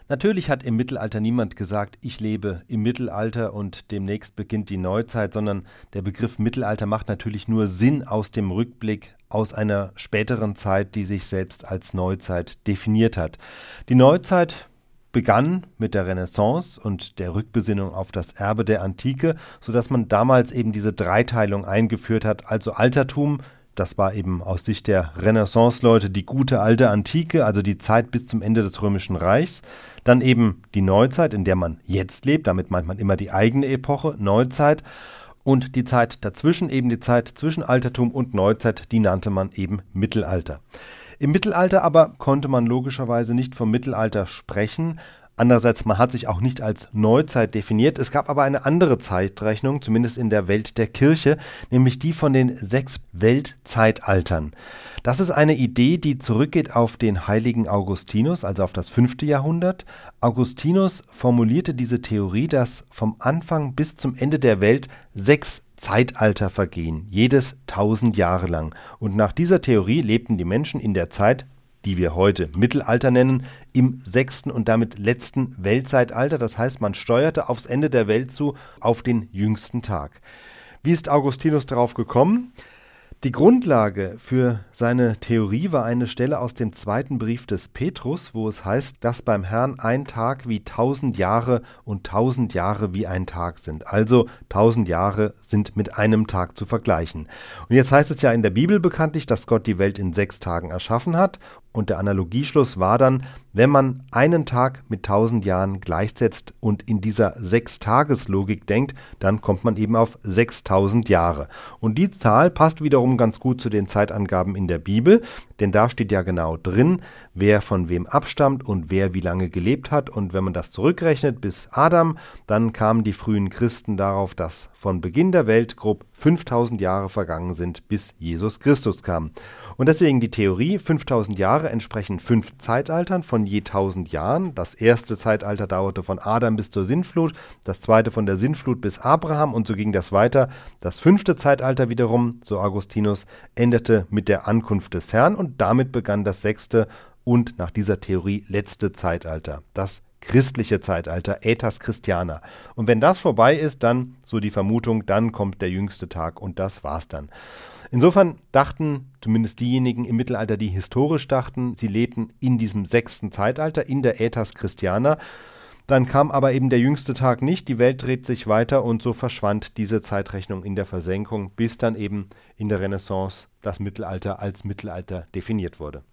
Natürlich hat im Mittelalter niemand gesagt, ich lebe im Mittelalter und demnächst beginnt die Neuzeit, sondern der Begriff Mittelalter macht natürlich nur Sinn aus dem Rückblick aus einer späteren Zeit, die sich selbst als Neuzeit definiert hat. Die Neuzeit begann mit der Renaissance und der Rückbesinnung auf das Erbe der Antike, sodass man damals eben diese Dreiteilung eingeführt hat, also Altertum. Das war eben aus Sicht der Renaissance-Leute die gute alte Antike, also die Zeit bis zum Ende des Römischen Reichs. Dann eben die Neuzeit, in der man jetzt lebt, damit meint man immer die eigene Epoche, Neuzeit. Und die Zeit dazwischen, eben die Zeit zwischen Altertum und Neuzeit, die nannte man eben Mittelalter. Im Mittelalter aber konnte man logischerweise nicht vom Mittelalter sprechen. Andererseits, man hat sich auch nicht als Neuzeit definiert. Es gab aber eine andere Zeitrechnung, zumindest in der Welt der Kirche, nämlich die von den 6 Weltzeitaltern. Das ist eine Idee, die zurückgeht auf den heiligen Augustinus, also auf das 5. Jahrhundert. Augustinus formulierte diese Theorie, dass vom Anfang bis zum Ende der Welt 6 Zeitalter vergehen, jedes 1000 Jahre lang. Und nach dieser Theorie lebten die Menschen in der Zeit, die wir heute Mittelalter nennen, im 6. und damit letzten Weltzeitalter. Das heißt, man steuerte aufs Ende der Welt zu, auf den jüngsten Tag. Wie ist Augustinus darauf gekommen? Die Grundlage für seine Theorie war eine Stelle aus dem 2. Brief des Petrus, wo es heißt, dass beim Herrn ein Tag wie 1000 Jahre und 1000 Jahre wie ein Tag sind. Also 1000 Jahre sind mit einem Tag zu vergleichen. Und jetzt heißt es ja in der Bibel bekanntlich, dass Gott die Welt in 6 Tagen erschaffen hat. Und der Analogieschluss war dann, wenn man einen Tag mit 1000 Jahren gleichsetzt und in dieser 6-Tages-Logik denkt, dann kommt man eben auf 6000 Jahre. Und die Zahl passt wiederum ganz gut zu den Zeitangaben in der Bibel, denn da steht ja genau drin, wer von wem abstammt und wer wie lange gelebt hat. Und wenn man das zurückrechnet bis Adam, dann kamen die frühen Christen darauf, dass von Beginn der Welt grob 5000 Jahre vergangen sind, bis Jesus Christus kam. Und deswegen die Theorie, 5000 Jahre entsprechen 5 Zeitaltern von je 1000 Jahren. Das erste Zeitalter dauerte von Adam bis zur Sintflut, das zweite von der Sintflut bis Abraham und so ging das weiter. Das 5. Zeitalter wiederum, so Augustinus, endete mit der Ankunft des Herrn und damit begann das 6. und nach dieser Theorie letzte Zeitalter, das christliche Zeitalter, Aetas Christiana. Und wenn das vorbei ist, dann, so die Vermutung, dann kommt der jüngste Tag und das war's dann. Insofern dachten zumindest diejenigen im Mittelalter, die historisch dachten, sie lebten in diesem 6. Zeitalter, in der Aetas Christiana. Dann kam aber eben der jüngste Tag nicht, die Welt dreht sich weiter und so verschwand diese Zeitrechnung in der Versenkung, bis dann eben in der Renaissance das Mittelalter als Mittelalter definiert wurde.